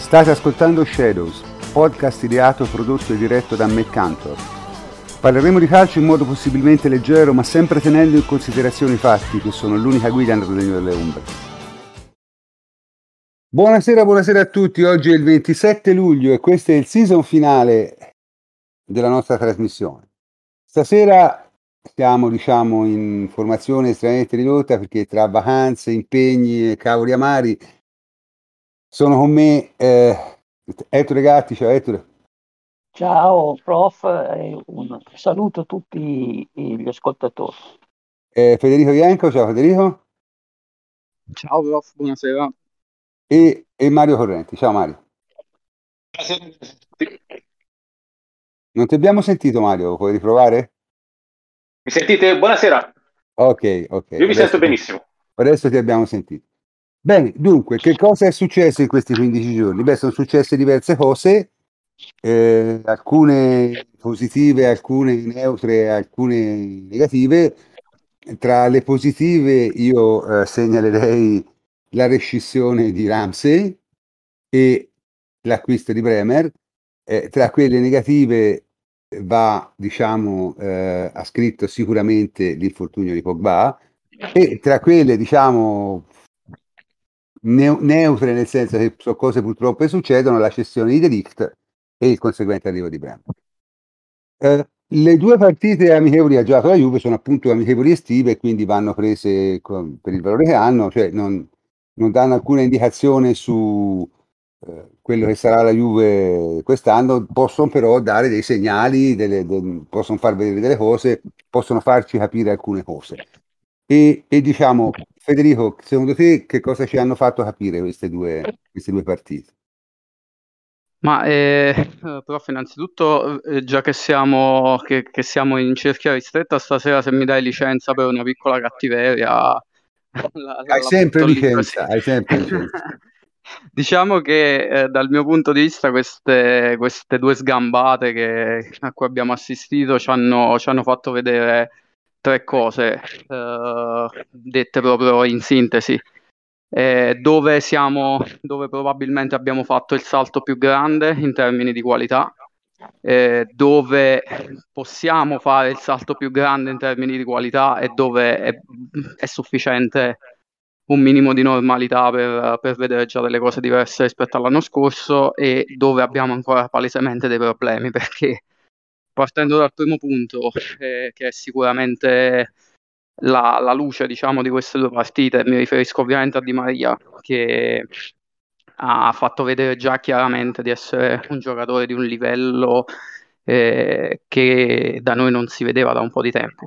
State ascoltando Shadows, podcast ideato, prodotto e diretto da Matt Cantor. Parleremo di calcio in modo possibilmente leggero, ma sempre tenendo in considerazione i fatti, che sono l'unica guida nel regno delle ombre. Buonasera a tutti. Oggi è il 27 luglio e questo è il season finale della nostra trasmissione. Stasera siamo, in formazione estremamente ridotta perché tra vacanze, impegni e cavoli amari sono con me Ettore Gatti. Ciao Ettore. Ciao prof, e un saluto a tutti gli ascoltatori. Federico Ienco. Ciao Federico. Ciao prof, buonasera. E Mario Correnti. Ciao Mario. Buonasera. Non ti abbiamo sentito, Mario, puoi riprovare? Mi sentite? Buonasera. Ok. Io vi sento benissimo. Adesso ti abbiamo sentito. Bene, dunque, che cosa è successo in questi 15 giorni? Beh, sono successe diverse cose, alcune positive, alcune neutre, alcune negative. Tra le positive io segnalerei la rescissione di Ramsey e l'acquisto di Bremer. Tra quelle negative va, ascritto sicuramente l'infortunio di Pogba, e tra quelle, neutre, nel senso che sono cose purtroppo che succedono, la cessione di De Ligt e il conseguente arrivo di Bremer. Le due partite amichevoli ha giocato la Juve sono appunto amichevoli estive e quindi vanno prese per il valore che hanno, cioè non danno alcuna indicazione su quello che sarà la Juve quest'anno. Possono però dare dei segnali, possono far vedere delle cose, possono farci capire alcune cose. E Federico, secondo te che cosa ci hanno fatto capire queste due partite? Ma prof, innanzitutto, già che siamo in cerchia ristretta, stasera se mi dai licenza per una piccola cattiveria, Hai sempre butto lì licenza, così. hai sempre licenza. Diciamo che dal mio punto di vista queste due sgambate a cui abbiamo assistito ci hanno fatto vedere tre cose, dette proprio in sintesi. Dove probabilmente abbiamo fatto il salto più grande in termini di qualità, dove possiamo fare il salto più grande in termini di qualità e dove è sufficiente un minimo di normalità per vedere già delle cose diverse rispetto all'anno scorso, e dove abbiamo ancora palesemente dei problemi, perché partendo dal primo punto, che è sicuramente la luce, diciamo, di queste due partite, mi riferisco ovviamente a Di Maria, che ha fatto vedere già chiaramente di essere un giocatore di un livello che da noi non si vedeva da un po' di tempo.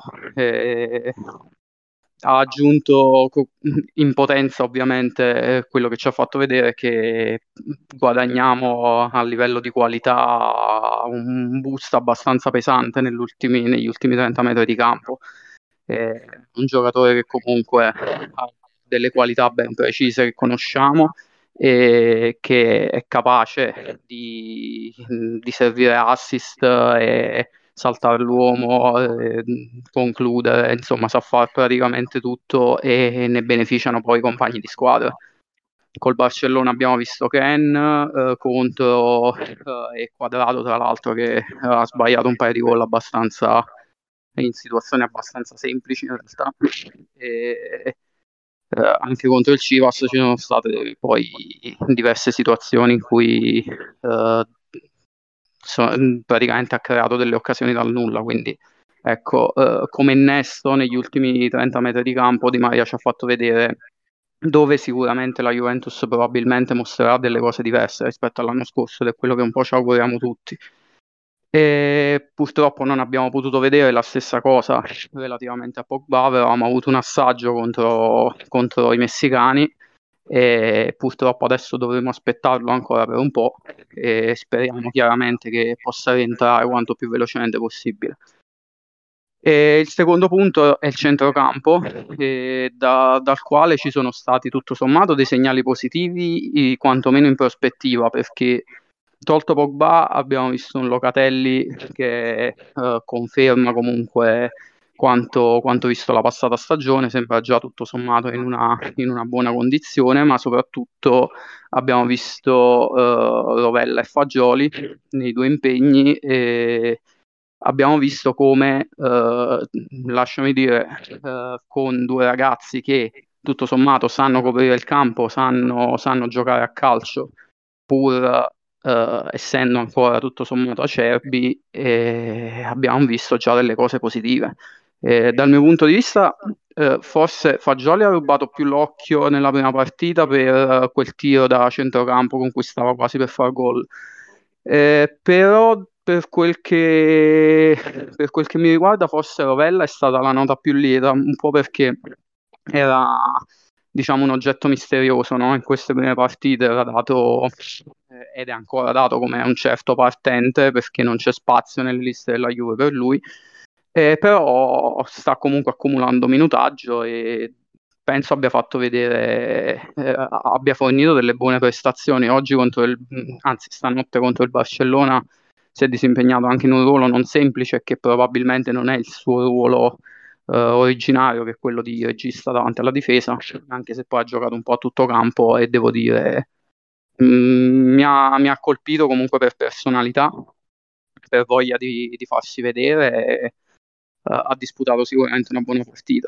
Ha aggiunto in potenza ovviamente quello che ci ha fatto vedere è che guadagniamo a livello di qualità un boost abbastanza pesante negli ultimi 30 metri di campo. Un giocatore che comunque ha delle qualità ben precise che conosciamo e che è capace di servire assist e saltare l'uomo, concludere, insomma sa fare praticamente tutto e ne beneficiano poi i compagni di squadra. Col Barcellona abbiamo visto Ken contro e Quadrato, tra l'altro, che ha sbagliato un paio di gol abbastanza in situazioni abbastanza semplici in realtà. E, anche contro il Chivas ci sono state poi diverse situazioni in cui praticamente ha creato delle occasioni dal nulla, quindi ecco, come innesto negli ultimi 30 metri di campo Di Maria ci ha fatto vedere dove sicuramente la Juventus probabilmente mostrerà delle cose diverse rispetto all'anno scorso, ed è quello che un po' ci auguriamo tutti. E purtroppo non abbiamo potuto vedere la stessa cosa relativamente a Pogba. Avevamo avuto un assaggio contro i messicani e purtroppo adesso dovremo aspettarlo ancora per un po' e speriamo chiaramente che possa rientrare quanto più velocemente possibile. E il secondo punto è il centrocampo, dal quale ci sono stati tutto sommato dei segnali positivi, quantomeno in prospettiva, perché tolto Pogba abbiamo visto un Locatelli che conferma comunque quanto visto la passata stagione, sembra già tutto sommato in una buona condizione, ma soprattutto abbiamo visto Rovella e Fagioli nei due impegni e abbiamo visto come, lasciami dire, con due ragazzi che tutto sommato sanno coprire il campo, sanno giocare a calcio, pur essendo ancora tutto sommato acerbi, abbiamo visto già delle cose positive. Dal mio punto di vista, forse Fagioli ha rubato più l'occhio nella prima partita per quel tiro da centrocampo con cui stava quasi per far gol. Però per quel che mi riguarda, forse Rovella è stata la nota più lieta, un po' perché era, diciamo, un oggetto misterioso, no? In queste prime partite era dato ed è ancora dato come un certo partente, perché non c'è spazio nelle liste della Juve per lui. Però sta comunque accumulando minutaggio e penso abbia fatto vedere, abbia fornito delle buone prestazioni. Oggi anzi stanotte contro il Barcellona si è disimpegnato anche in un ruolo non semplice, che probabilmente non è il suo ruolo originario, che è quello di regista davanti alla difesa, anche se poi ha giocato un po' a tutto campo e devo dire mi ha colpito comunque per personalità, per voglia di farsi vedere. Ha disputato sicuramente una buona partita.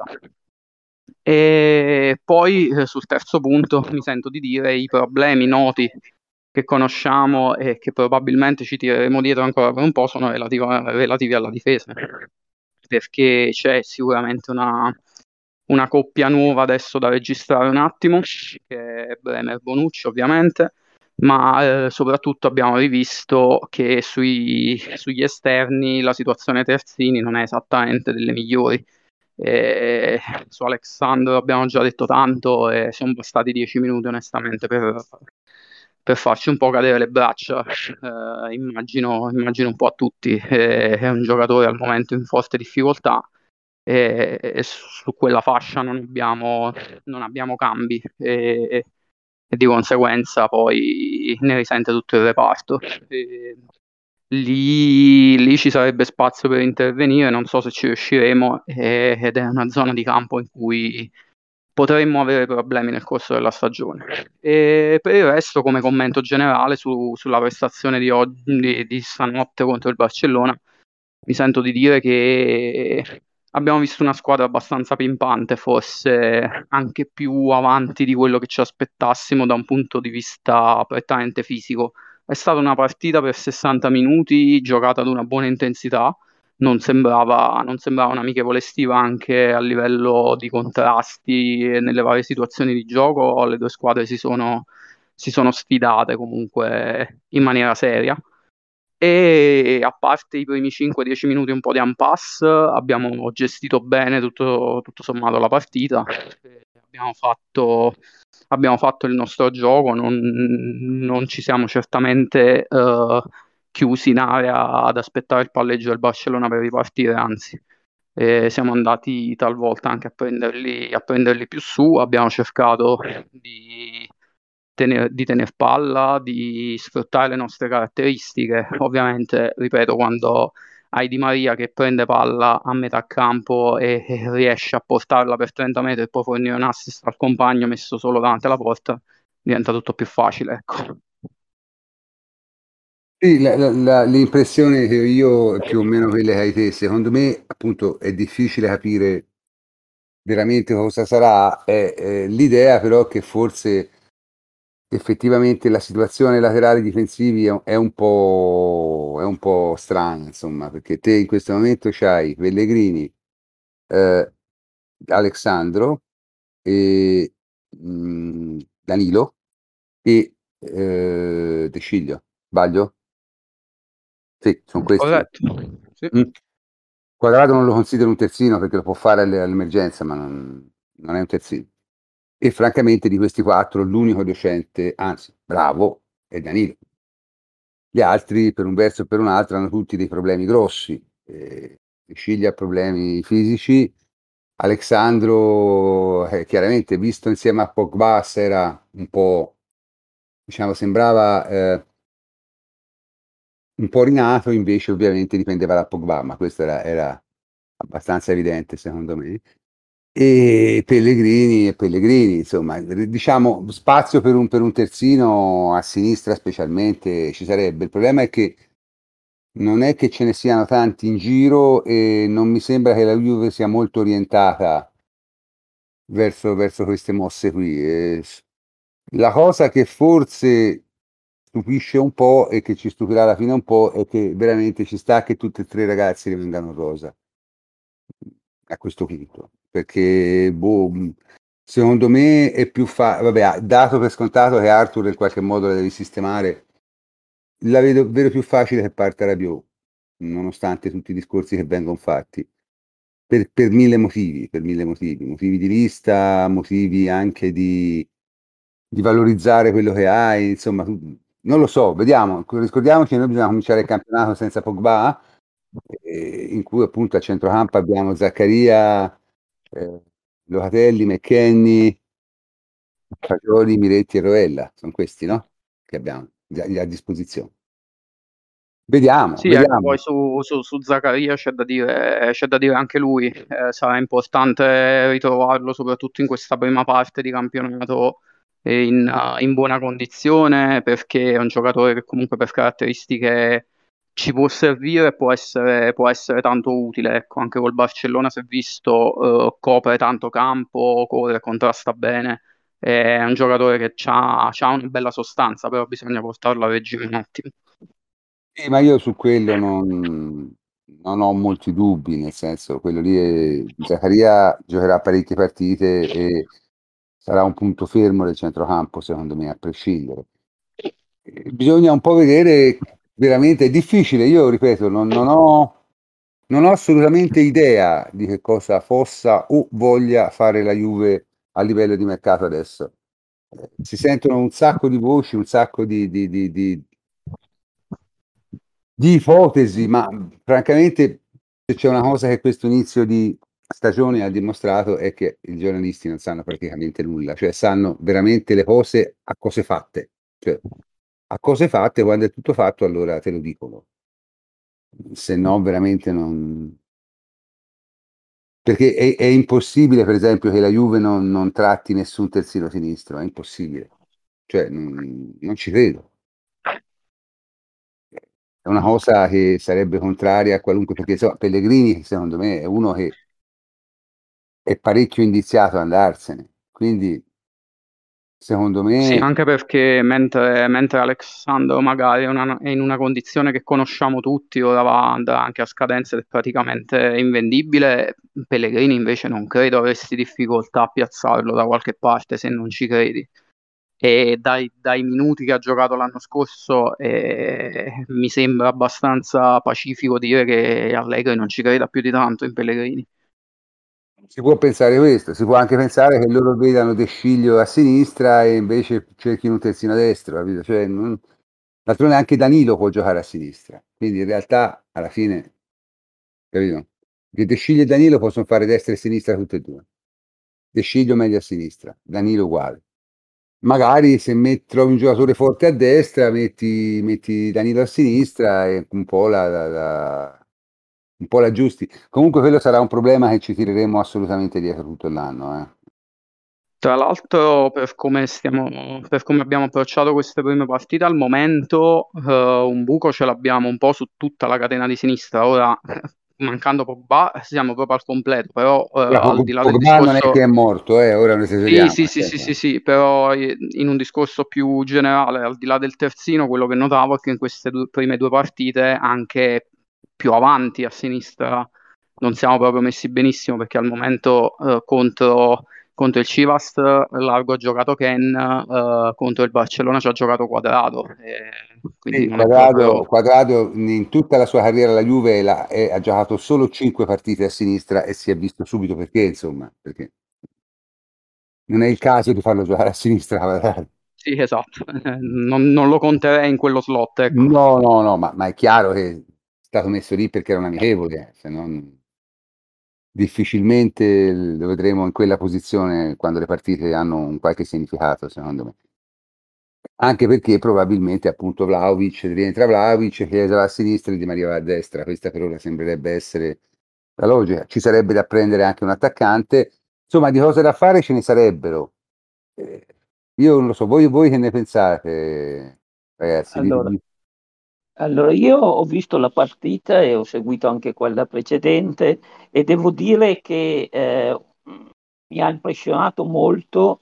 E poi sul terzo punto mi sento di dire i problemi noti che conosciamo e che probabilmente ci tireremo dietro ancora per un po' sono relativi alla difesa, perché c'è sicuramente una coppia nuova adesso da registrare un attimo, che è Bremer-Bonucci ovviamente, ma soprattutto abbiamo rivisto che sugli esterni la situazione terzini non è esattamente delle migliori. Su Alexandro abbiamo già detto tanto e sono bastati 10 minuti onestamente per farci un po' cadere le braccia. Immagino un po' a tutti. È un giocatore al momento in forte difficoltà e su quella fascia non abbiamo cambi e di conseguenza poi ne risente tutto il reparto. Lì ci sarebbe spazio per intervenire, non so se ci riusciremo, ed è una zona di campo in cui potremmo avere problemi nel corso della stagione. E per il resto, come commento generale sulla prestazione di stanotte contro il Barcellona, mi sento di dire che abbiamo visto una squadra abbastanza pimpante, forse anche più avanti di quello che ci aspettassimo da un punto di vista prettamente fisico. È stata una partita per 60 minuti giocata ad una buona intensità, non sembrava un'amichevole estiva anche a livello di contrasti e nelle varie situazioni di gioco. Le due squadre si sono sfidate comunque in maniera seria. E a parte i primi 5-10 minuti un po' di impasse, abbiamo gestito bene tutto sommato la partita. Abbiamo fatto il nostro gioco, non ci siamo certamente chiusi in area ad aspettare il palleggio del Barcellona per ripartire, anzi, siamo andati talvolta anche a prenderli più su, abbiamo cercato di tener palla, di sfruttare le nostre caratteristiche. Ovviamente, ripeto, quando hai Di Maria che prende palla a metà campo e riesce a portarla per 30 metri e poi fornire un assist al compagno messo solo davanti alla porta, diventa tutto più facile, ecco. Sì, l'impressione che io, più o meno quelle che hai te, secondo me appunto è difficile capire veramente cosa sarà, è l'idea però che forse effettivamente la situazione ai laterali difensivi è un po' strana, insomma, perché te in questo momento c'hai Pellegrini, Alexandro e Danilo e De Sciglio, sbaglio? Sì, sono questi. Corretto. Sì. Quadrato non lo considero un terzino perché lo può fare all'emergenza, ma non è un terzino. E francamente di questi quattro l'unico decente, anzi bravo, è Danilo. Gli altri per un verso e per un altro hanno tutti dei problemi grossi. Sciglia ha problemi fisici. Alexandro, chiaramente visto insieme a Pogba era un po', diciamo, sembrava un po' rinato, invece ovviamente dipendeva da Pogba, ma questo era abbastanza evidente secondo me. E Pellegrini, insomma, diciamo spazio per un terzino a sinistra specialmente ci sarebbe. Il problema è che non è che ce ne siano tanti in giro e non mi sembra che la Juve sia molto orientata verso queste mosse qui. La cosa che forse stupisce un po' e che ci stupirà alla fine un po' è che veramente ci sta che tutti e tre i ragazzi rimangano rosa a questo punto, perché boh, secondo me è più vabbè, dato per scontato che Arthur in qualche modo la devi sistemare, la vedo più facile che parta Rabiot, nonostante tutti i discorsi che vengono fatti, per mille motivi, motivi di lista, motivi anche di valorizzare quello che hai, insomma, non lo so, vediamo, ricordiamoci che noi bisogna cominciare il campionato senza Pogba, in cui appunto a centrocampo abbiamo Zaccaria, Locatelli, McKennie, Fagioli, Miretti e Rovella, sono questi, no? Che abbiamo a disposizione. Vediamo, Sì, ecco, poi vediamo. su Zaccaria c'è da dire anche lui, sarà importante ritrovarlo soprattutto in questa prima parte di campionato in buona condizione, perché è un giocatore che comunque per caratteristiche ci può servire e può essere tanto utile. Ecco, anche col Barcellona si è visto, copre tanto campo, corre, contrasta bene, è un giocatore che ha una bella sostanza, però bisogna portarlo a regime un attimo. Sì, ma io su quello non ho molti dubbi, nel senso, quello lì Zaccaria giocherà parecchie partite e sarà un punto fermo del centrocampo, secondo me, a prescindere. Bisogna un po' vedere, veramente è difficile, io ripeto, non ho assolutamente idea di che cosa possa o voglia fare la Juve a livello di mercato adesso. Si sentono un sacco di voci, un sacco di ipotesi, ma francamente se c'è una cosa che questo inizio di stagione ha dimostrato è che i giornalisti non sanno praticamente nulla, cioè sanno veramente le cose a cose fatte, cioè a cose fatte, quando è tutto fatto allora te lo dicono, se no veramente non... Perché è impossibile per esempio che la Juve non tratti nessun terzino sinistro, è impossibile, cioè non ci credo. È una cosa che sarebbe contraria a qualunque, perché insomma, Pellegrini secondo me è uno che è parecchio indiziato ad andarsene, quindi secondo Sì, me anche perché mentre Alexandro magari è in una condizione che conosciamo tutti, ora andrà anche a scadenza ed è praticamente invendibile, Pellegrini invece non credo avresti difficoltà a piazzarlo da qualche parte se non ci credi. E dai minuti che ha giocato l'anno scorso mi sembra abbastanza pacifico dire che Allegri non ci creda più di tanto in Pellegrini. si può pensare questo, si può anche pensare che loro vedano De Sciglio a sinistra e invece cerchino un terzino a destra, capito? Cioè, d'altronde anche Danilo può giocare a sinistra, quindi in realtà alla fine, capito? Che De Sciglio e Danilo possono fare destra e sinistra tutte e due. De Sciglio meglio a sinistra, Danilo uguale. Magari se trovi un giocatore forte a destra, metti Danilo a sinistra e un po' l'aggiusti. Comunque quello sarà un problema che ci tireremo assolutamente dietro tutto l'anno. Tra l'altro, per come abbiamo approcciato queste prime partite, al momento un buco ce l'abbiamo un po' su tutta la catena di sinistra. Ora, mancando Pogba, siamo proprio al completo, però Ora, al di là del Pogba non è che è discorso... morto, ora ne Sì, esageriamo. sì, sì, sì, sì, sì, però in un discorso più generale, al di là del terzino, quello che notavo è che in queste prime due partite, anche più avanti a sinistra, non siamo proprio messi benissimo perché al momento contro il Chivas Largo ha giocato Ken, contro il Barcellona ci ha giocato Quadrado, quindi Sì, non è proprio... Quadrado in tutta la sua carriera alla Juve ha giocato solo 5 partite a sinistra e si è visto subito perché, insomma, perché non è il caso di farlo giocare a sinistra Quadrado. Sì, esatto, non lo conterei in quello slot, ecco. No, ma è chiaro che è stato messo lì perché era un amichevole, se non difficilmente lo vedremo in quella posizione quando le partite hanno un qualche significato, secondo me. Anche perché probabilmente appunto rientra Vlahovic, Chiesa va a sinistra e Di Maria va a destra. Questa per ora sembrerebbe essere la logica. Ci sarebbe da prendere anche un attaccante, insomma di cose da fare ce ne sarebbero. Io non lo so, voi che ne pensate, ragazzi? Allora, Allora, io ho visto la partita e ho seguito anche quella precedente e devo dire che mi ha impressionato molto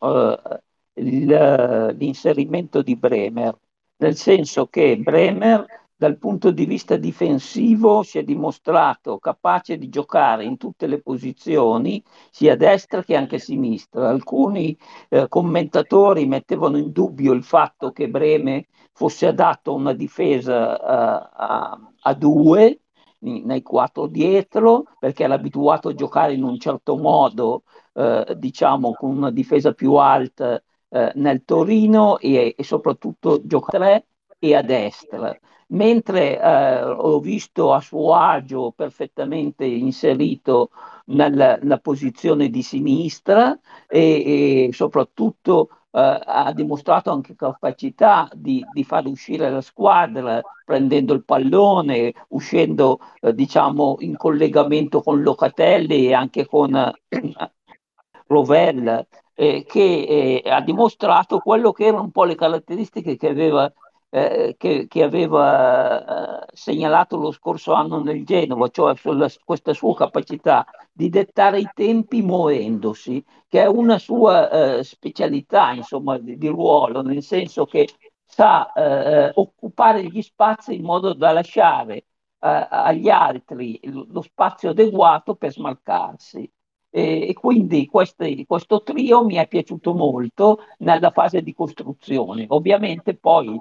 l'inserimento di Bremer, nel senso che Bremer dal punto di vista difensivo si è dimostrato capace di giocare in tutte le posizioni, sia a destra che anche a sinistra. Alcuni commentatori mettevano in dubbio il fatto che Bremer fosse adatto a una difesa a due nei quattro dietro, perché era abituato a giocare in un certo modo, diciamo con una difesa più alta nel Torino e soprattutto giocare a tre e a destra. Mentre ho visto a suo agio perfettamente inserito nella posizione di sinistra e soprattutto ha dimostrato anche capacità di far uscire la squadra prendendo il pallone, uscendo diciamo in collegamento con Locatelli e anche con Rovell, che ha dimostrato quello che erano un po' le caratteristiche che aveva segnalato lo scorso anno nel Genova, cioè questa sua capacità di dettare i tempi muovendosi, che è una sua specialità, insomma, di ruolo, nel senso che sa occupare gli spazi in modo da lasciare agli altri lo spazio adeguato per smarcarsi. E quindi questo trio mi è piaciuto molto nella fase di costruzione. Ovviamente poi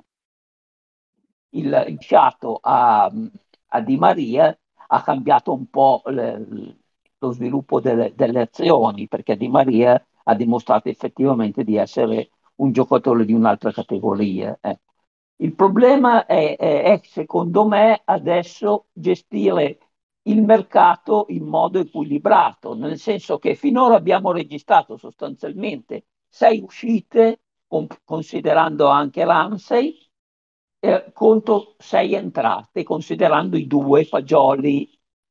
il fiato a Di Maria ha cambiato un po' lo sviluppo delle azioni, perché Di Maria ha dimostrato effettivamente di essere un giocatore di un'altra categoria. Il problema è, secondo me, adesso gestire il mercato in modo equilibrato, nel senso che finora abbiamo registrato sostanzialmente 6 uscite, considerando anche Ramsey, contro 6 entrate, considerando i due Fagioli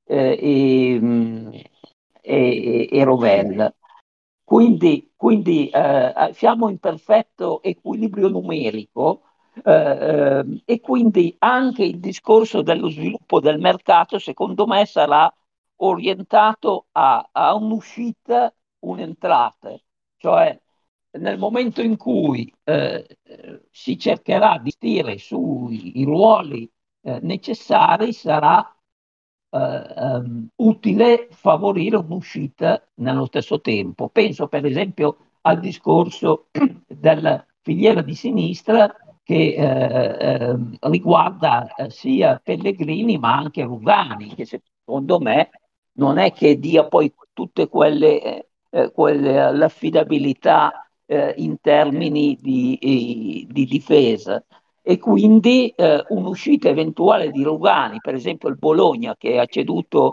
e Rovell. Quindi siamo in perfetto equilibrio numerico e quindi anche il discorso dello sviluppo del mercato, secondo me, sarà orientato a un'uscita, un'entrata, cioè nel momento in cui si cercherà di stare sui ruoli necessari, sarà utile favorire un'uscita nello stesso tempo. Penso per esempio al discorso della filiera di sinistra che riguarda sia Pellegrini ma anche Rugani, che secondo me non è che dia poi tutte l'affidabilità in termini di difesa e quindi un'uscita eventuale di Rugani, per esempio il Bologna che ha ceduto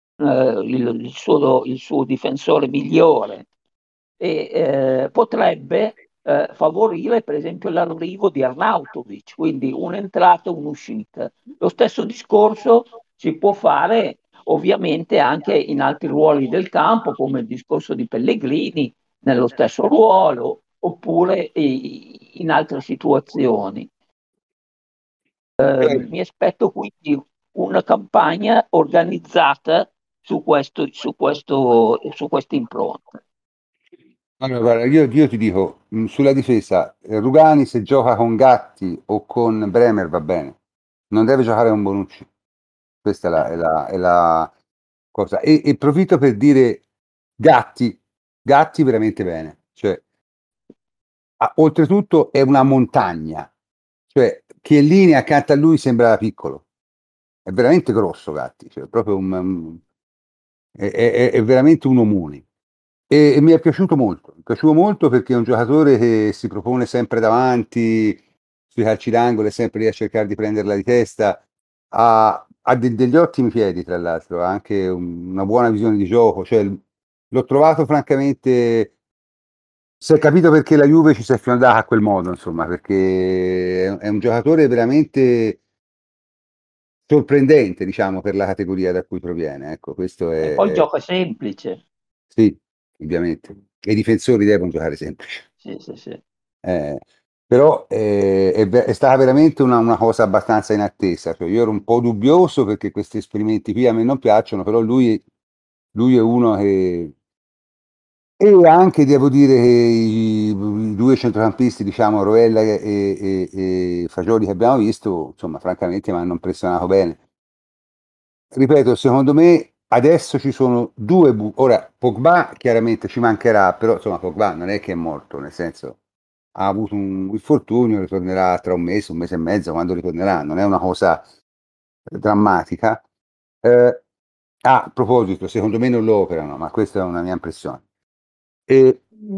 il suo difensore migliore, e potrebbe favorire per esempio l'arrivo di Arnautovic, quindi un'entrata e un'uscita. Lo stesso discorso si può fare ovviamente anche in altri ruoli del campo, come il discorso di Pellegrini nello stesso ruolo, oppure in altre situazioni. Mi aspetto quindi una campagna organizzata su questa impronta. Allora, guarda, io ti dico, sulla difesa, Rugani se gioca con Gatti o con Bremer va bene, non deve giocare con Bonucci. Questa è la cosa. E profitto per dire Gatti veramente bene. Cioè, oltretutto è una montagna. Cioè, Chiellini accanto a lui sembra piccolo. È veramente grosso Gatti, cioè, proprio è veramente un omone. E mi è piaciuto molto perché è un giocatore che si propone sempre davanti, sui calci d'angolo, è sempre lì a cercare di prenderla di testa, ha degli ottimi piedi tra l'altro, ha anche una buona visione di gioco, cioè, l'ho trovato francamente, si è capito perché la Juve ci si è fiondata a quel modo, insomma, perché è un giocatore veramente, sorprendente, diciamo, per la categoria da cui proviene. Ecco, questo E poi è gioca semplice. sì, ovviamente. E i difensori devono giocare semplice. Sì. Però è stata veramente una cosa abbastanza inattesa. Cioè, io ero un po' dubbioso perché questi esperimenti qui a me non piacciono, però lui è uno che... E anche devo dire che i due centrocampisti, diciamo, Rovella e Fagioli che abbiamo visto, insomma, francamente mi hanno impressionato bene. Ripeto, secondo me adesso ci sono due ora Pogba chiaramente ci mancherà, però insomma Pogba non è che è morto, nel senso ha avuto un infortunio, ritornerà tra un mese e mezzo, quando ritornerà, non è una cosa drammatica. A proposito, secondo me non lo operano, ma questa è una mia impressione. E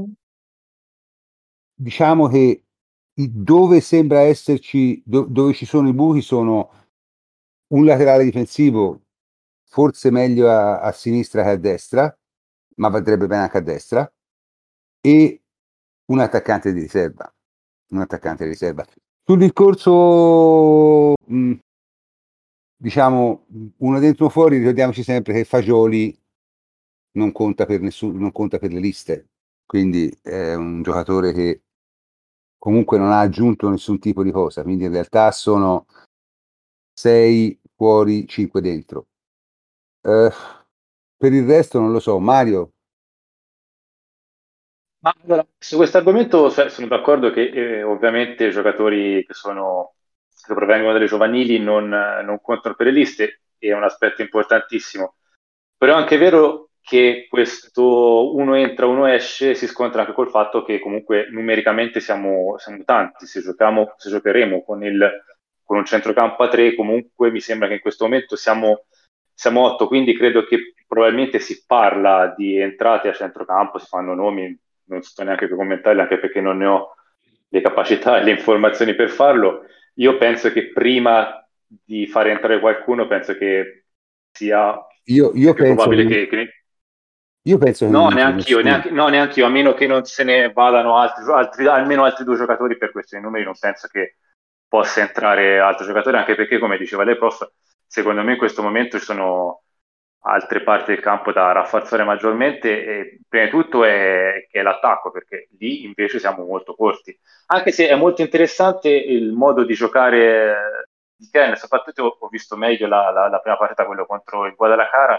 diciamo che dove sembra esserci, dove ci sono i buchi sono un laterale difensivo forse meglio a sinistra che a destra, ma andrebbe bene anche a destra, e un attaccante di riserva. Un attaccante di riserva. Sul discorso, diciamo, uno dentro o fuori, ricordiamoci sempre che Fagioli non conta per nessuno, non conta per le liste, quindi è un giocatore che comunque non ha aggiunto nessun tipo di cosa, quindi in realtà sono 6 fuori, 5 dentro. Per il resto non lo so, Mario. Ma allora, su questo argomento sono d'accordo che ovviamente i giocatori che provengono dalle giovanili non contano per le liste, è un aspetto importantissimo. Però è anche vero che questo uno entra, uno esce si scontra anche col fatto che comunque numericamente siamo tanti. Se giocheremo con un centrocampo a tre, comunque mi sembra che in questo momento siamo otto, quindi credo che probabilmente si parla di entrate a centrocampo, si fanno nomi, non sto neanche a commentarli anche perché non ne ho le capacità e le informazioni per farlo. Io penso che prima di fare entrare qualcuno, penso che sia Io più penso probabile che, io penso che non No, entri neanch'io, nessuno. no, neanch'io, a meno che non se ne vadano almeno altri due giocatori per questi numeri, non penso che possa entrare altro giocatore, anche perché, come diceva lei, prof, secondo me in questo momento ci sono altre parti del campo da rafforzare maggiormente e prima di tutto che è l'attacco, perché lì invece siamo molto corti. Anche se è molto interessante il modo di giocare di Ken, soprattutto ho visto meglio la prima partita, quello contro il Guadalajara,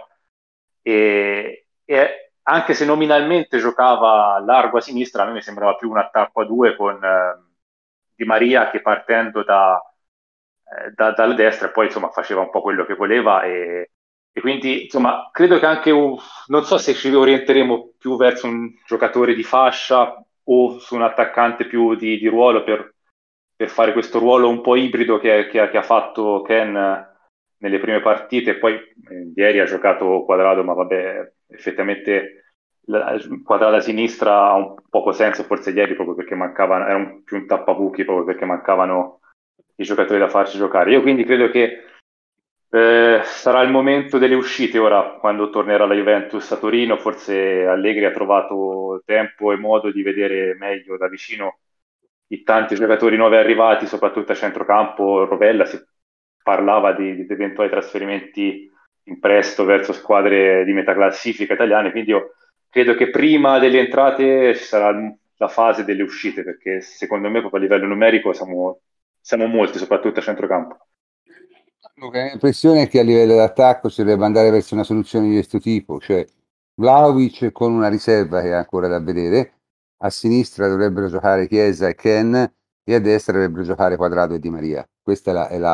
e anche se nominalmente giocava largo a sinistra, a me mi sembrava più un attacco a due con Di Maria che partendo dalla destra e poi insomma faceva un po' quello che voleva e quindi insomma credo che anche non so se ci orienteremo più verso un giocatore di fascia o su un attaccante più di ruolo per fare questo ruolo un po' ibrido che ha fatto Ken nelle prime partite, poi ieri ha giocato Quadrado, ma vabbè, effettivamente Quadrado a sinistra ha un poco senso, forse ieri proprio perché mancavano, più un tappabuchi proprio perché mancavano i giocatori da farci giocare. Io quindi credo che sarà il momento delle uscite ora, quando tornerà la Juventus a Torino, forse Allegri ha trovato tempo e modo di vedere meglio da vicino i tanti giocatori nuovi arrivati, soprattutto a centrocampo. Rovella, si parlava di eventuali trasferimenti in prestito verso squadre di metà classifica italiane, quindi io credo che prima delle entrate ci sarà la fase delle uscite, perché secondo me proprio a livello numerico siamo molti, soprattutto a centrocampo. La mia impressione è che a livello d'attacco si dovrebbe andare verso una soluzione di questo tipo, cioè Vlahovic con una riserva che è ancora da vedere, a sinistra dovrebbero giocare Chiesa e Ken e a destra dovrebbero giocare Quadrado e Di Maria. Questa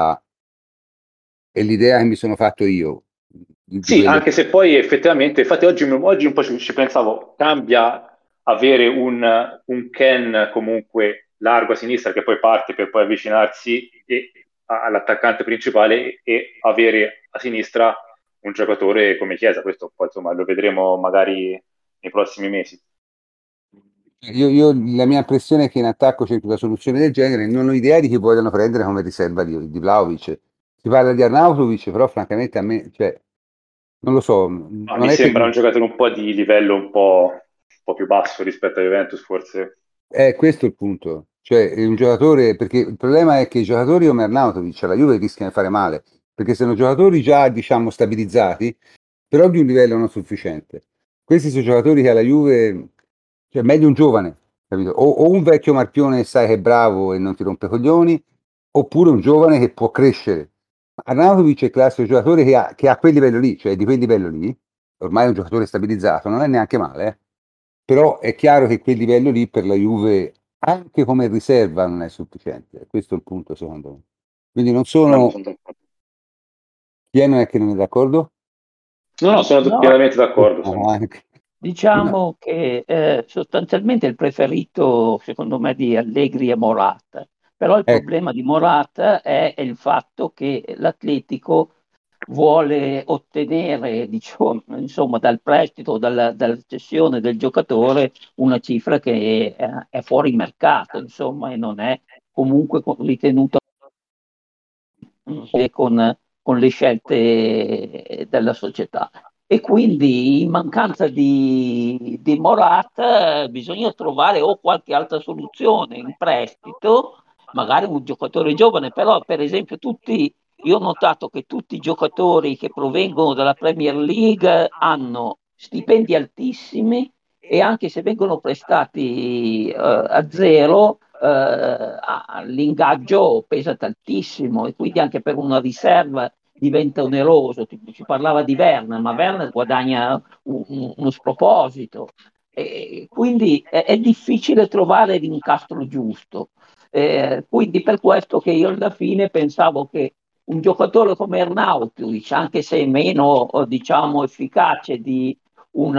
è l'idea che mi sono fatto io di Sì, quello. anche se poi effettivamente, infatti oggi un po' ci pensavo, cambia avere un Ken comunque largo a sinistra che poi parte per poi avvicinarsi all'attaccante principale e avere a sinistra un giocatore come Chiesa, questo poi insomma lo vedremo magari nei prossimi mesi. La mia impressione è che in attacco c'è una soluzione del genere, non ho idea di chi vogliono prendere come riserva di Vlahovic. Si parla di Arnautovic, però francamente a me, cioè, non lo so, Ma non mi è che... sembra un giocatore un po' di livello un po' più basso rispetto a Juventus, forse. Questo è il punto. Cioè, è un giocatore, perché il problema è che i giocatori come Arnautovic alla Juve rischiano di fare male. perché sono giocatori già, diciamo, stabilizzati, però di un livello non sufficiente. Questi sono giocatori che alla Juve, cioè meglio un giovane, capito? O un vecchio marpione che sai che è bravo e non ti rompe i coglioni, oppure un giovane che può crescere. Arnautovic è il classico giocatore che ha quel livello lì, cioè di quel livello lì, ormai è un giocatore stabilizzato, non è neanche male, però è chiaro che quel livello lì per la Juve, anche come riserva, non è sufficiente. Questo è il punto, secondo me. Quindi non No, sono... sono d'accordo. Chi è non è che non è d'accordo? No, sono No, pienamente d'accordo. Anche. diciamo che sostanzialmente il preferito, secondo me, di Allegri è Morata. Però il Ecco, problema di Morata è il fatto che l'Atletico vuole ottenere, diciamo, insomma, dal prestito, dalla cessione del giocatore, una cifra che è fuori mercato, insomma, e non è comunque ritenuta con le scelte della società. E quindi in mancanza di Morata bisogna trovare o qualche altra soluzione in prestito, magari un giocatore giovane, però per esempio io ho notato che tutti i giocatori che provengono dalla Premier League hanno stipendi altissimi e anche se vengono prestati a zero, l'ingaggio pesa tantissimo e quindi anche per una riserva diventa oneroso. Si parlava di Werner, ma Werner guadagna uno sproposito. E quindi è difficile trovare l'incastro giusto. Quindi per questo che io alla fine pensavo che un giocatore come Arnautovic, anche se meno diciamo, efficace di un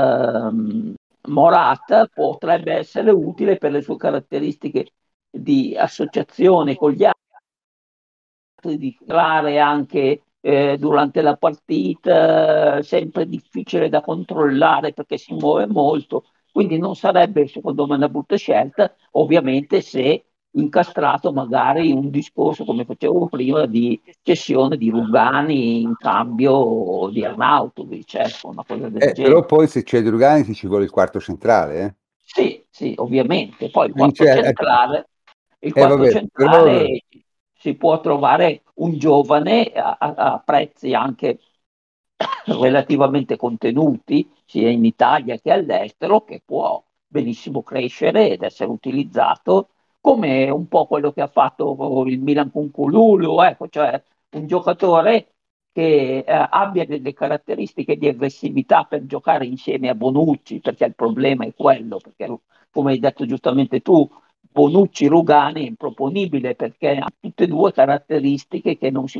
Morata, potrebbe essere utile per le sue caratteristiche di associazione con gli altri, di creare anche durante la partita, sempre difficile da controllare perché si muove molto, quindi non sarebbe secondo me una brutta scelta, ovviamente se incastrato magari in un discorso come facevo prima di cessione di Rugani in cambio di Arnautovic, ecco, una cosa del però genere. poi se c'è De Rugani ci vuole il quarto centrale, eh? Sì, sì, ovviamente. Poi Cioè, il quarto vabbè, però centrale si può trovare un giovane a prezzi anche relativamente contenuti, sia in Italia che all'estero, che può benissimo crescere ed essere utilizzato come un po' quello che ha fatto il Milan con Kululu, ecco, cioè un giocatore che abbia delle caratteristiche di aggressività per giocare insieme a Bonucci, perché il problema è quello, perché come hai detto giustamente tu, Bonucci Rugani è improponibile perché ha tutte e due caratteristiche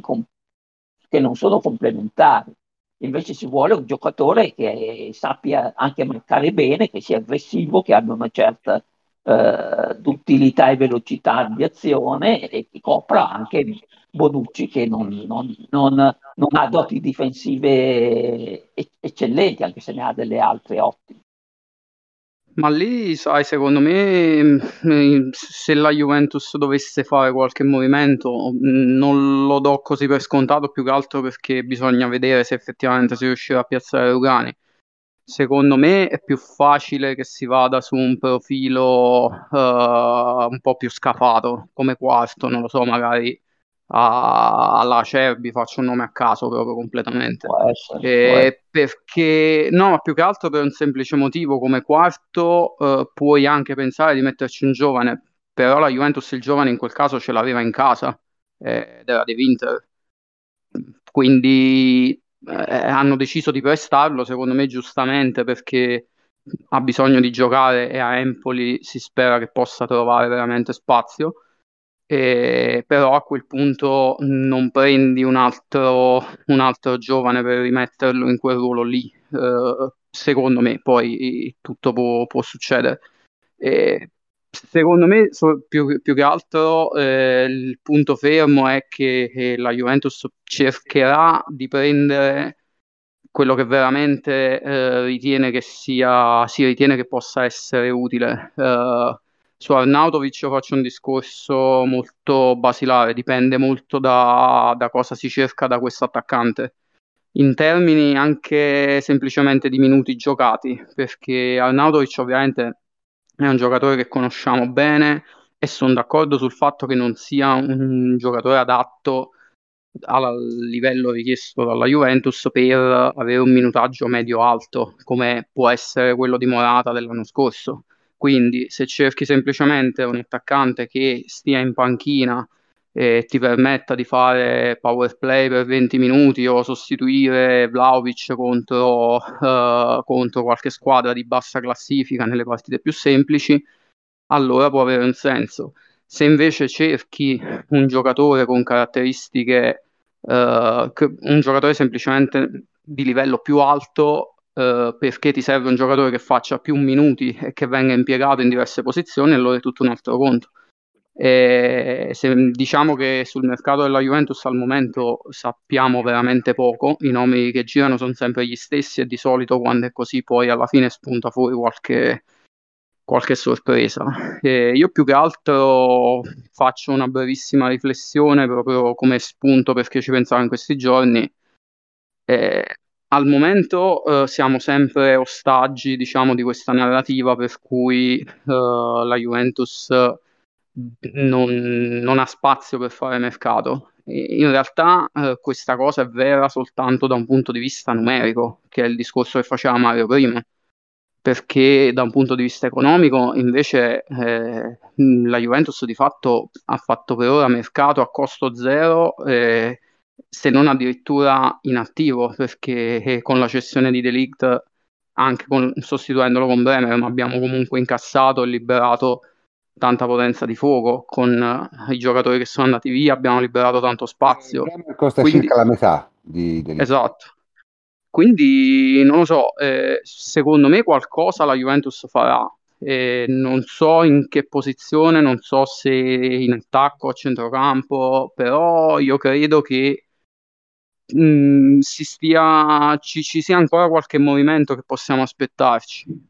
che non sono complementari. Invece ci vuole un giocatore che sappia anche marcare bene, che sia aggressivo, che abbia una certa duttilità e velocità di azione e che copra anche Bonucci che non ha doti difensive eccellenti, anche se ne ha delle altre ottime. Ma lì, sai, secondo me, se la Juventus dovesse fare qualche movimento, non lo do così per scontato, più che altro perché bisogna vedere se effettivamente si riuscirà a piazzare Rugani. Secondo me è più facile che si vada su un profilo un po' più scafato, come quarto, non lo so, magari alla Acerbi, faccio un nome a caso proprio completamente. Può essere, può essere. Perché no, ma più che altro per un semplice motivo, come quarto puoi anche pensare di metterci un giovane, però la Juventus il giovane in quel caso ce l'aveva in casa ed era De Winter, quindi hanno deciso di prestarlo, secondo me giustamente perché ha bisogno di giocare e a Empoli si spera che possa trovare veramente spazio. Però a quel punto non prendi un altro giovane per rimetterlo in quel ruolo lì. Secondo me, poi tutto può succedere. Secondo me, più che altro, il punto fermo è che la Juventus cercherà di prendere quello che veramente si ritiene che possa essere utile. Su Arnautovic io faccio un discorso molto basilare, dipende molto da cosa si cerca da questo attaccante, in termini anche semplicemente di minuti giocati, perché Arnautovic ovviamente è un giocatore che conosciamo bene e sono d'accordo sul fatto che non sia un giocatore adatto al livello richiesto dalla Juventus per avere un minutaggio medio alto, come può essere quello di Morata dell'anno scorso. Quindi se cerchi semplicemente un attaccante che stia in panchina e ti permetta di fare power play per 20 minuti o sostituire Vlahovic contro qualche squadra di bassa classifica nelle partite più semplici, allora può avere un senso. Se invece cerchi un giocatore con caratteristiche, un giocatore semplicemente di livello più alto, perché ti serve un giocatore che faccia più minuti e che venga impiegato in diverse posizioni, allora è tutto un altro conto. Diciamo che sul mercato della Juventus al momento sappiamo veramente poco, i nomi che girano sono sempre gli stessi e di solito quando è così poi alla fine spunta fuori qualche sorpresa. Io più che altro faccio una brevissima riflessione proprio come spunto perché ci pensavo in questi giorni. Eh, Al momento siamo sempre ostaggi, diciamo, di questa narrativa per cui la Juventus non ha spazio per fare mercato. In realtà questa cosa è vera soltanto da un punto di vista numerico, che è il discorso che faceva Mario prima, perché da un punto di vista economico invece la Juventus di fatto ha fatto per ora mercato a costo zero, se non addirittura in attivo, perché con la cessione di De Ligt, anche sostituendolo con Bremer, ma abbiamo comunque incassato e liberato tanta potenza di fuoco. Con i giocatori che sono andati via abbiamo liberato tanto spazio. Bremer costa Quindi, circa la metà di Ligt. esatto. Quindi non lo so, secondo me qualcosa la Juventus farà. Non so in che posizione, non so se in attacco o a centrocampo, però io credo che ci sia ancora qualche movimento che possiamo aspettarci.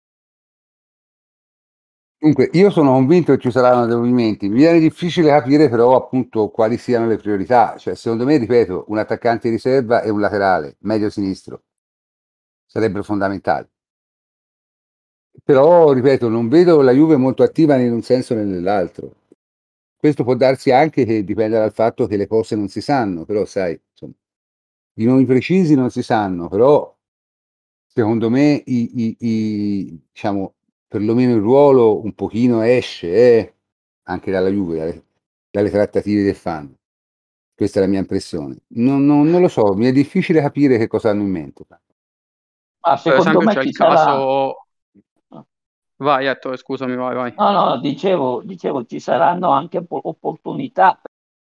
Dunque, io sono convinto che ci saranno dei movimenti. Mi viene difficile capire però appunto quali siano le priorità. Cioè, secondo me, ripeto, un attaccante di riserva e un laterale, medio-sinistro, sarebbero fondamentali. Però, ripeto, non vedo la Juve molto attiva né in un senso né nell'altro. Questo può darsi anche che dipenda dal fatto che le cose non si sanno, però sai, insomma, i nomi precisi non si sanno, però secondo me diciamo, perlomeno il ruolo un pochino esce anche dalla Juve, dalle trattative che fanno. Questa è la mia impressione. Non lo so, mi è difficile capire che cosa hanno in mente. Ma Per secondo esempio me c'è il ci sarà. caso... Vai, Ettore, scusami, vai. No, dicevo, ci saranno anche opportunità.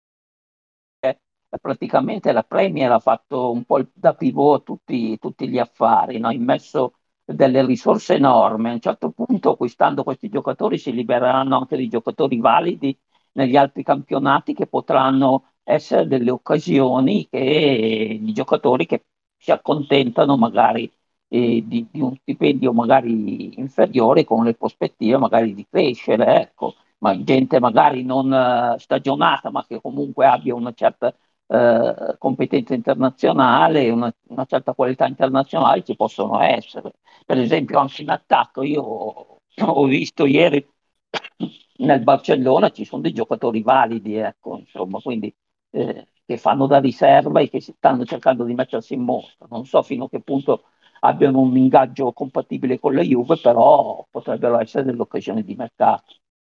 Praticamente la Premier ha fatto un po' da pivot tutti gli affari, no? Ha immesso delle risorse enormi. A un certo punto, acquistando questi giocatori, si libereranno anche dei giocatori validi negli altri campionati che potranno essere delle occasioni di giocatori che si accontentano magari di un stipendio magari inferiore con le prospettive magari di crescere, ecco. Ma gente magari non stagionata, ma che comunque abbia una certa competenza internazionale, una certa qualità internazionale ci possono essere. Per esempio, anche in attacco, io ho visto ieri nel Barcellona ci sono dei giocatori validi, ecco, insomma, quindi che fanno da riserva e che si stanno cercando di mettersi in mostra. Non so fino a che punto abbiano un ingaggio compatibile con la Juve, però potrebbero essere delle occasioni di mercato.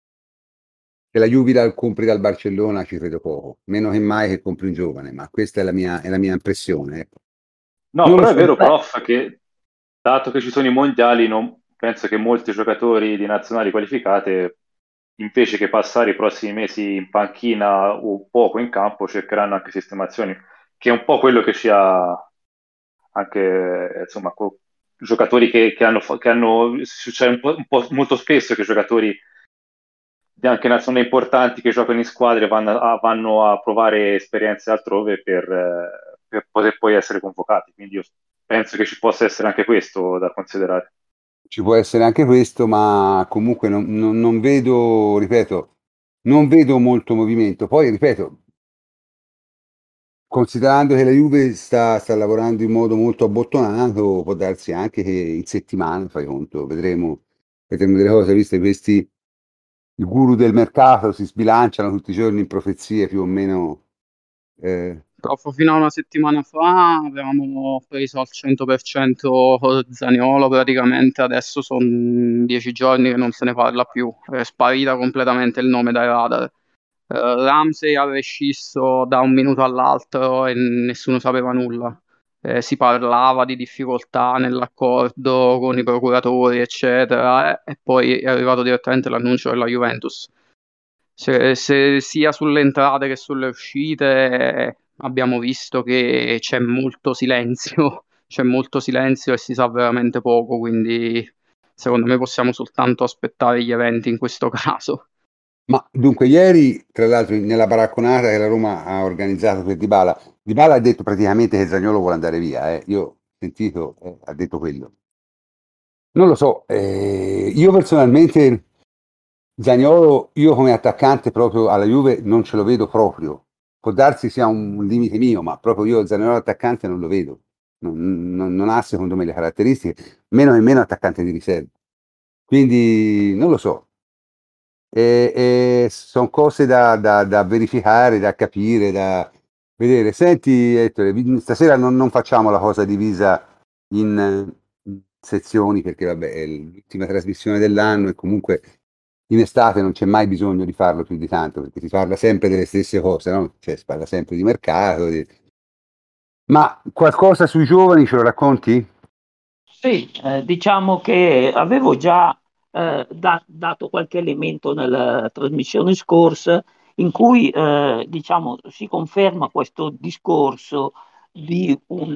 Che la Juve compri dal Barcellona ci credo poco, meno che mai che compri un giovane, ma questa è la mia impressione. Ecco. No, Non lo però è so. vero, prof, che dato che ci sono i mondiali, penso che molti giocatori di nazionali qualificate, invece che passare i prossimi mesi in panchina o poco in campo, cercheranno anche sistemazioni, che è un po' quello che ci ha anche, insomma, giocatori succede molto spesso che giocatori anche nazionali importanti che giocano in squadre vanno a provare esperienze altrove per poter poi essere convocati. Quindi io penso che ci possa essere anche questo da considerare. Ci può essere anche questo, ma comunque non vedo, ripeto, non vedo molto movimento. Poi, ripeto, considerando che la Juve sta lavorando in modo molto abbottonato, può darsi anche che in settimana, fai conto, vedremo delle cose, visto che questi i guru del mercato si sbilanciano tutti i giorni in profezie più o meno Prof, fino a una settimana fa avevamo preso al 100% Zaniolo praticamente, adesso sono 10 giorni che non se ne parla più, è sparita completamente il nome dai radar. Ramsey ha rescisso da un minuto all'altro e nessuno sapeva nulla. Si parlava di difficoltà nell'accordo con i procuratori, eccetera, e poi è arrivato direttamente l'annuncio della Juventus. Se sia sulle entrate che sulle uscite abbiamo visto che c'è molto silenzio, c'è molto silenzio e si sa veramente poco, quindi secondo me possiamo soltanto aspettare gli eventi in questo caso. Ma dunque, ieri, tra l'altro, nella baracconata che la Roma ha organizzato per Dybala ha detto praticamente che Zaniolo vuole andare via. Io ho sentito, ha detto quello. Non lo so, io personalmente Zaniolo, io come attaccante proprio alla Juve non ce lo vedo proprio. Può darsi sia un limite mio, ma proprio io Zaniolo attaccante non lo vedo. Non ha secondo me le caratteristiche, meno che meno attaccante di riserva. Quindi non lo so. Sono cose da verificare, da capire, da vedere. Senti, Ettore, stasera non facciamo la cosa divisa in sezioni perché vabbè, è l'ultima trasmissione dell'anno e comunque in estate non c'è mai bisogno di farlo più di tanto perché si parla sempre delle stesse cose, no? Cioè, si parla sempre di mercato. Ma qualcosa sui giovani ce lo racconti? Sì, diciamo che avevo già dato qualche elemento nella trasmissione scorsa in cui diciamo, si conferma questo discorso di un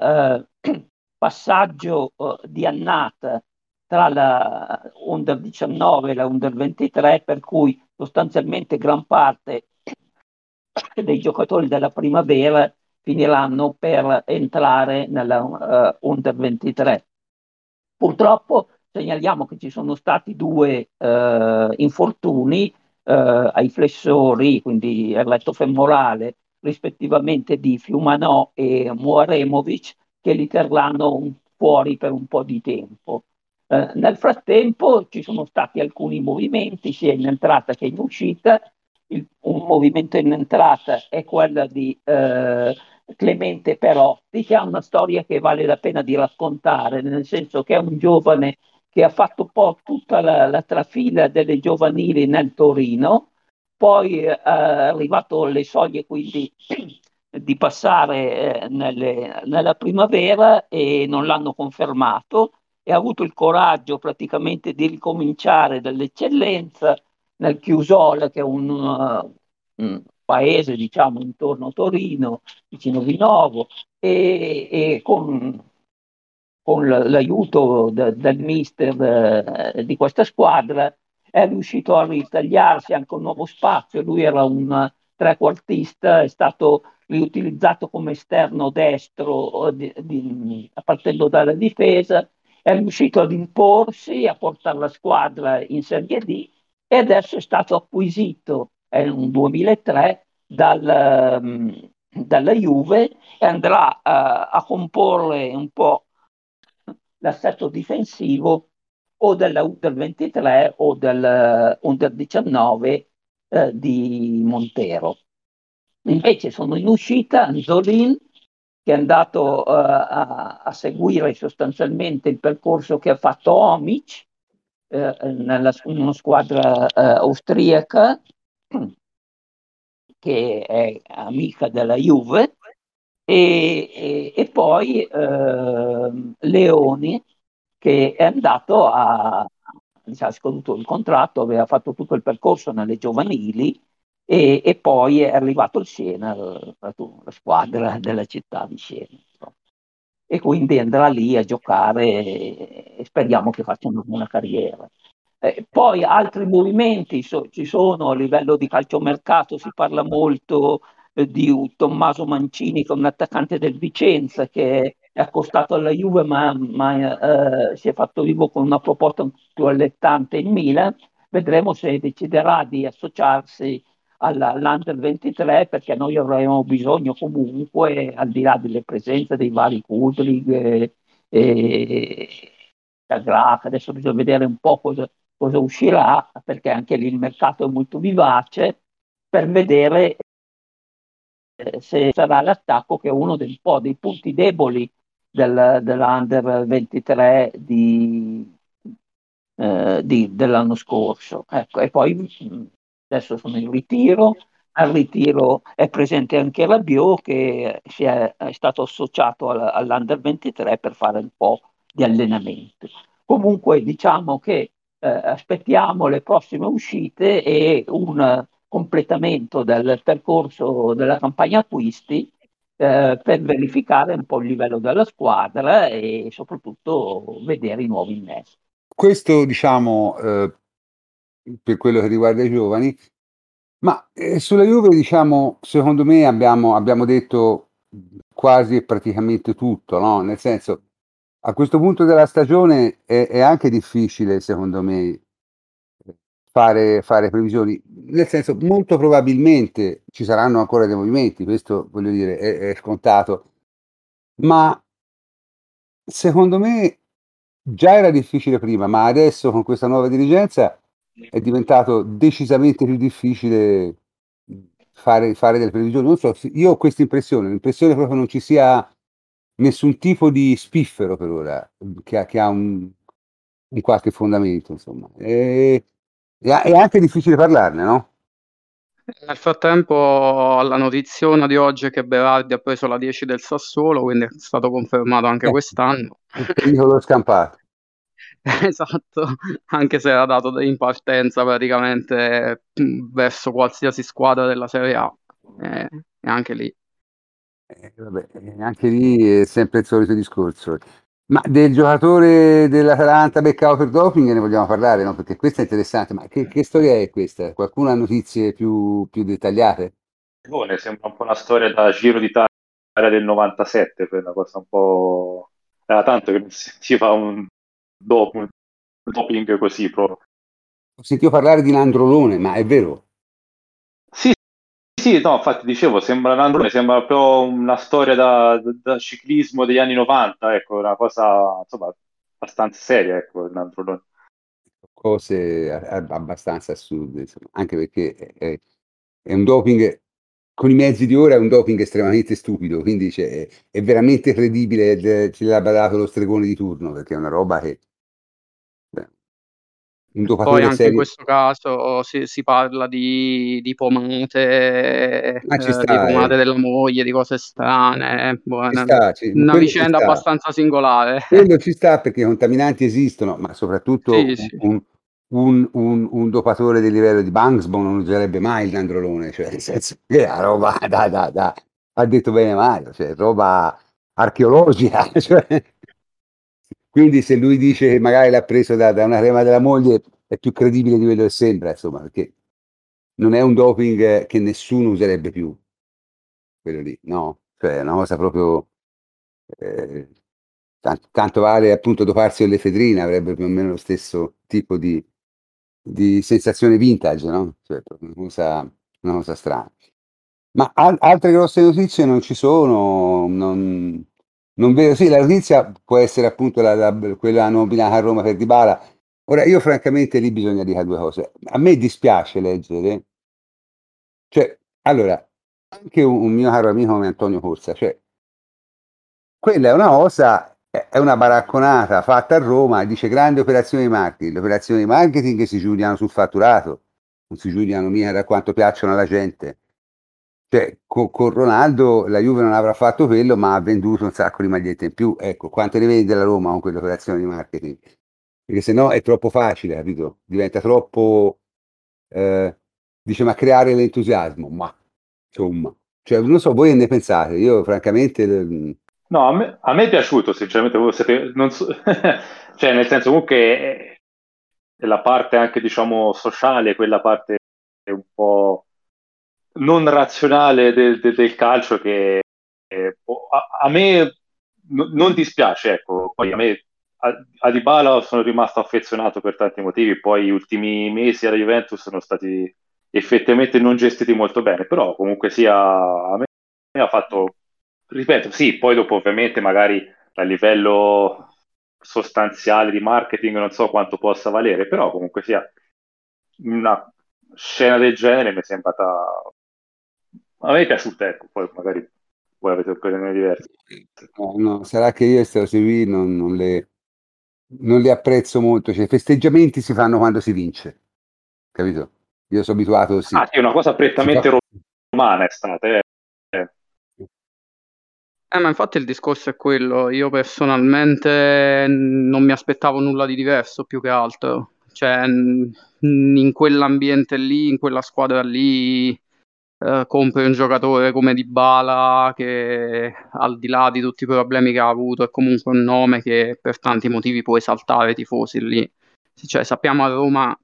passaggio di annata tra la Under 19 e la Under 23, per cui sostanzialmente gran parte dei giocatori della primavera finiranno per entrare nella Under 23. Purtroppo segnaliamo che ci sono stati due infortuni ai flessori, quindi il retto femorale, rispettivamente di Fiumanò e Muaremovic, che li terranno fuori per un po' di tempo. Nel frattempo ci sono stati alcuni movimenti, sia in entrata che in uscita. Un movimento in entrata è quello di Clemente Perotti, che ha una storia che vale la pena di raccontare, nel senso che è un giovane che ha fatto un po' tutta la trafila delle giovanili nel Torino, poi è arrivato alle soglie quindi di passare nella primavera e non l'hanno confermato e ha avuto il coraggio praticamente di ricominciare dall'eccellenza nel Chiusol, che è un paese, diciamo, intorno a Torino, vicino Vinovo, e con l'aiuto del mister di questa squadra è riuscito a ritagliarsi anche un nuovo spazio. Lui era un trequartista, è stato riutilizzato come esterno destro partendo dalla difesa, è riuscito ad imporsi, a portare la squadra in Serie D e adesso è stato acquisito nel 2003 dalla Juve e andrà a comporre un po' l'assetto difensivo o della Under 23 o del Under 19 di Montero. Invece sono in uscita Anzolin, che è andato a seguire sostanzialmente il percorso che ha fatto Omic in una squadra austriaca che è amica della Juve, e poi Leoni che è andato diciamo, ha scaduto il contratto, aveva fatto tutto il percorso nelle giovanili e poi è arrivato il Siena, la squadra della città di Siena. Insomma. E quindi andrà lì a giocare e speriamo che faccia una buona carriera. Poi altri movimenti ci sono a livello di calciomercato, si parla molto di Tommaso Mancini, che è un attaccante del Vicenza che è accostato alla Juve, ma si è fatto vivo con una proposta più allettante in Milan. Vedremo se deciderà di associarsi all'Under 23 perché noi avremo bisogno comunque, al di là delle presenze dei vari Kudryk e Graf, adesso bisogna vedere un po' cosa uscirà, perché anche lì il mercato è molto vivace, per vedere se sarà l'attacco, che è uno dei, un po' dei punti deboli della Under 23 dell'anno scorso. Ecco, e poi adesso sono in ritiro. Al ritiro è presente anche Rabiot, che è stato associato all'Under 23 per fare un po' di allenamento. Comunque diciamo che aspettiamo le prossime uscite e un completamento del percorso della campagna acquisti per verificare un po' il livello della squadra e soprattutto vedere i nuovi innesti. Questo, diciamo, per quello che riguarda i giovani, ma sulla Juve, diciamo, secondo me abbiamo detto quasi e praticamente tutto, no? Nel senso, a questo punto della stagione è anche difficile, secondo me, fare previsioni. Nel senso, molto probabilmente ci saranno ancora dei movimenti, questo voglio dire, è scontato, ma secondo me già era difficile prima, ma adesso con questa nuova dirigenza è diventato decisamente più difficile fare delle previsioni. Non so, io ho questa impressione, l'impressione proprio non ci sia nessun tipo di spiffero per ora, che ha un qualche fondamento, insomma. È anche difficile parlarne, no? Nel frattempo, la notizia di oggi è che Berardi ha preso la 10 del Sassuolo, quindi è stato confermato anche quest'anno. Il pericolo scampato. Esatto, anche se era dato in partenza praticamente verso qualsiasi squadra della Serie A. E anche lì. Vabbè, anche lì è sempre il solito discorso. Ma del giocatore dell'Atalanta beccato per doping ne vogliamo parlare, no? Perché questa è interessante. Ma che storia è questa? Qualcuno ha notizie più dettagliate? Sembra un po' una storia da Giro d'Italia del 97, per una cosa un po'... Era tanto che non si sentiva un doping così proprio. Ho sentito parlare di Nandrolone, ma è vero? Sì, sì, no, infatti dicevo, sembra proprio una storia da ciclismo degli anni 90, ecco, una cosa, insomma, abbastanza seria, ecco, il Nandrolone. Cose abbastanza assurde, insomma. Anche perché è un doping, con i mezzi di ora è un doping estremamente stupido, quindi è veramente credibile, ce l'ha badato lo stregone di turno, perché è una roba che un Poi dopatore anche in serio. questo caso si parla di pomate, Ma di pomate della moglie, di cose strane. ci sta, Una quello ci vicenda sta. abbastanza singolare. Quello ci sta perché i contaminanti esistono, ma soprattutto Sì, sì. un dopatore del livello di Bangsbo non userebbe mai il nandrolone, cioè nel senso che è una roba ha detto bene Mario, cioè roba archeologica, cioè. Quindi se lui dice che magari l'ha preso da una crema della moglie è più credibile di quello che sembra, insomma, perché non è un doping che nessuno userebbe più, quello lì, no? Cioè è una cosa proprio... eh, tanto vale appunto doparsi l'efedrina, avrebbe più o meno lo stesso tipo di sensazione vintage, no? Cioè, proprio una cosa strana. Ma altre grosse notizie non ci sono, non vedo. Sì, la notizia può essere appunto quella nominata a Roma per Dybala. Ora, io francamente lì bisogna dire due cose. A me dispiace leggere, cioè, allora, anche un mio caro amico come Antonio Corsa, cioè, quella è una cosa, è una baracconata fatta a Roma, e dice grande operazione di marketing. Le operazioni di marketing si giudicano sul fatturato, non si giudicano mica da quanto piacciono alla gente. Cioè, con Ronaldo la Juve non avrà fatto quello, ma ha venduto un sacco di magliette in più. Ecco, quante ne vende la Roma con quelle operazioni di marketing? Perché se no è troppo facile, capito? Diventa troppo, eh, dice, ma creare l'entusiasmo, ma insomma, cioè, non so, voi che ne pensate? Io francamente... No, a me è piaciuto, sinceramente, non so- cioè nel senso comunque è la parte anche, diciamo, sociale, quella parte un po' non razionale del calcio che a me non dispiace, ecco, poi a me a Dybala sono rimasto affezionato per tanti motivi, poi gli ultimi mesi alla Juventus sono stati effettivamente non gestiti molto bene, però comunque sia a me ha fatto, ripeto, sì, poi dopo ovviamente magari a livello sostanziale di marketing non so quanto possa valere, però comunque sia una scena del genere mi è sembrata A me è piaciuta, ecco, poi magari voi avete opinioni diverse. No, sarà che io queste cose qui non le apprezzo molto. Cioè, i festeggiamenti si fanno quando si vince, capito? Io sono abituato così. Ah, sì, è una cosa Si fa- prettamente romana è stata, eh. Ma infatti il discorso è quello, io personalmente non mi aspettavo nulla di diverso più che altro, cioè in quell'ambiente lì, in quella squadra lì, compri un giocatore come Dybala che al di là di tutti i problemi che ha avuto è comunque un nome che per tanti motivi può esaltare i tifosi lì, cioè sappiamo a Roma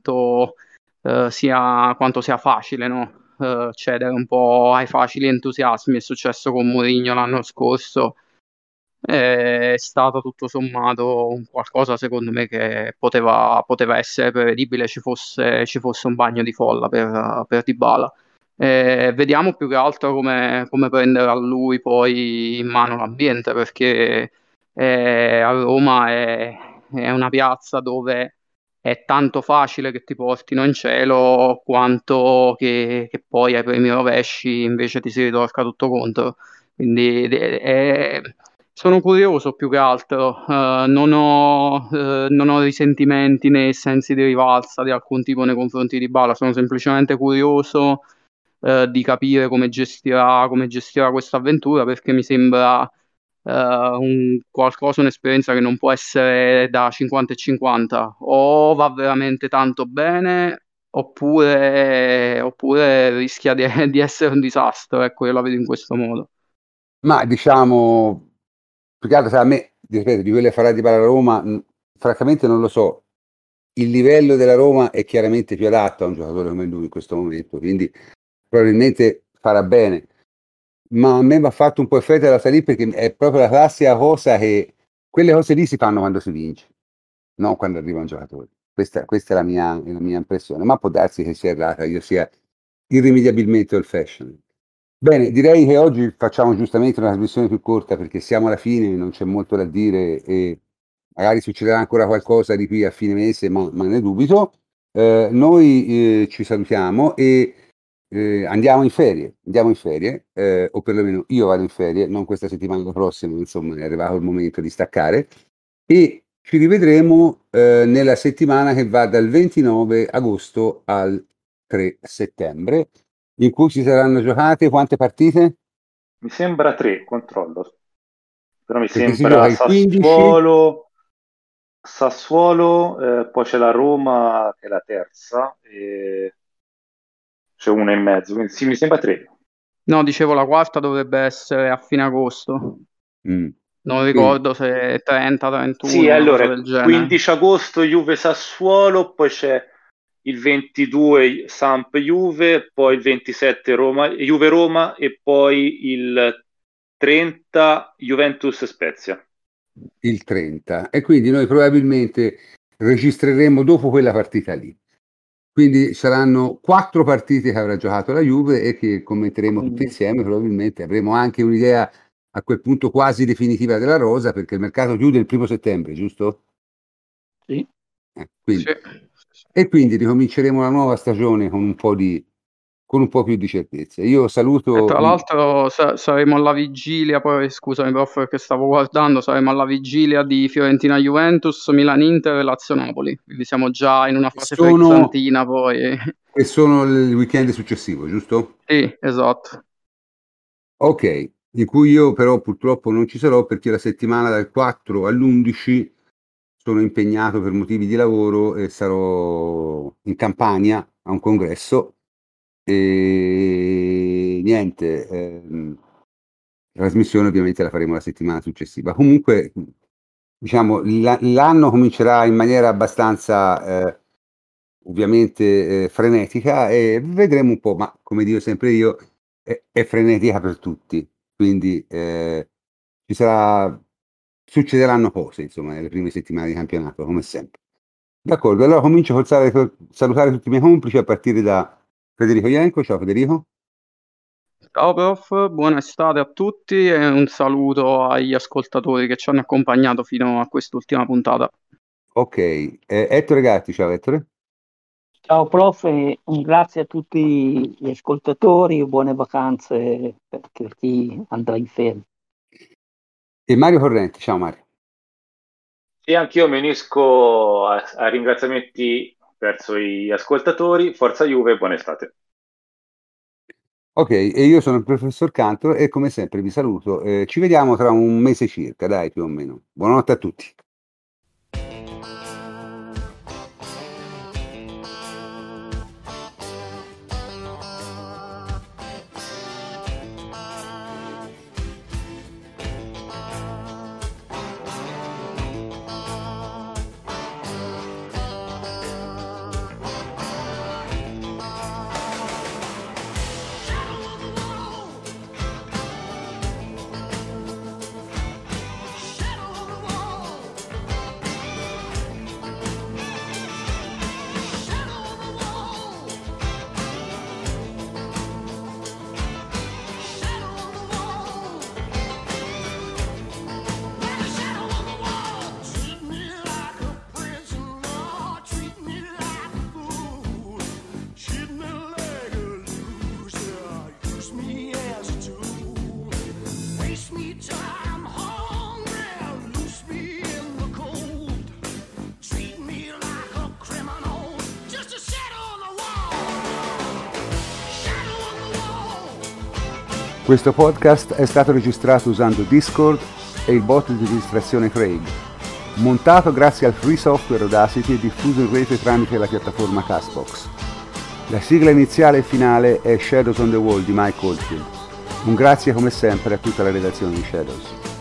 quanto sia facile, no? Cedere un po' ai facili entusiasmi. È successo con Mourinho l'anno scorso. È stato tutto sommato un qualcosa, secondo me, che poteva essere prevedibile, ci fosse un bagno di folla per Dybala. Vediamo più che altro come prenderà lui poi in mano l'ambiente, perché a Roma è una piazza dove è tanto facile che ti portino in cielo quanto che poi ai primi rovesci invece ti si ritorca tutto contro. Quindi sono curioso più che altro, non ho risentimenti né sensi di rivalsa di alcun tipo nei confronti di Bala, sono semplicemente curioso di capire come gestirà questa avventura perché mi sembra un'esperienza che non può essere da 50 e 50, o va veramente tanto bene oppure rischia di essere un disastro, ecco, io la vedo in questo modo. Ma diciamo, più che altro, sai, a me, ripeto, di quelle farà di Bala Roma, francamente non lo so. Il livello della Roma è chiaramente più adatto a un giocatore come lui in questo momento, quindi probabilmente farà bene. Ma a me mi ha fatto un po' effetto la salita perché è proprio la classica cosa che quelle cose lì si fanno quando si vince, non quando arriva un giocatore. Questa è la mia impressione, ma può darsi che sia errata, io sia irrimediabilmente old fashion. Bene, direi che oggi facciamo giustamente una trasmissione più corta perché siamo alla fine, non c'è molto da dire e magari succederà ancora qualcosa di qui a fine mese, ma ne dubito. Noi ci salutiamo e andiamo in ferie, o perlomeno io vado in ferie, non questa settimana, la prossima, insomma, è arrivato il momento di staccare e ci rivedremo nella settimana che va dal 29 agosto al 3 settembre, in cui ci saranno giocate quante partite? Mi sembra 3, controllo. Però mi Perché si gioca sembra il 15, Sassuolo, poi c'è la Roma che è la terza, e c'è una in mezzo, quindi sì, mi sembra 3. No, dicevo la quarta dovrebbe essere a fine agosto. mm, Non quindi ricordo se è 30, Sì, 31, una allora, cosa del genere. 15 agosto Juve-Sassuolo, poi c'è il 22 Samp-Juve, poi il 27 Juve-Roma e poi il 30 Juventus-Spezia. il 30 e quindi noi probabilmente registreremo dopo quella partita lì. Quindi saranno 4 partite che avrà giocato la Juve e che commenteremo tutte insieme, probabilmente avremo anche un'idea a quel punto quasi definitiva della rosa perché il mercato chiude il 1° settembre, giusto? Sì. Quindi. Sì. E quindi ricominceremo la nuova stagione con un po' più di certezza. Io E saluto tra l'altro saremo alla vigilia, poi scusami prof perché stavo guardando, saremo alla vigilia di Fiorentina-Juventus, Milan-Inter e Lazio-Napoli, quindi siamo già in una fase sono, frizzantina poi. e sono il weekend successivo, giusto? Sì, esatto. Ok, in cui io però purtroppo non ci sarò perché la settimana dal 4 all'11 sono impegnato per motivi di lavoro e sarò in Campania a un congresso e niente, la trasmissione ovviamente la faremo la settimana successiva. Comunque, diciamo, l'anno comincerà in maniera abbastanza, ovviamente, frenetica e vedremo un po', ma come dico sempre io, è frenetica per tutti. Quindi succederanno cose, insomma, nelle prime settimane di campionato, come sempre. D'accordo, allora comincio col salutare tutti i miei complici a partire da Federico Ienco. Ciao Federico. Ciao prof, buona estate a tutti e un saluto agli ascoltatori che ci hanno accompagnato fino a quest'ultima puntata. Ok, Ettore Gatti, ciao Ettore. Ciao prof, e un grazie a tutti gli ascoltatori e buone vacanze per chi andrà in ferie. E Mario Correnti, ciao Mario. E anch'io mi unisco a ringraziamenti verso gli ascoltatori. Forza Juve e buona estate. Ok, e io sono il professor Cantor e come sempre vi saluto. Ci vediamo tra un mese circa, dai, più o meno. Buonanotte a tutti. Questo podcast è stato registrato usando Discord e il bot di registrazione Craig, montato grazie al free software Audacity e diffuso in rete tramite la piattaforma Castbox. La sigla iniziale e finale è Shadows on the Wall di Mike Oldfield. Un grazie come sempre a tutta la redazione di Shadows.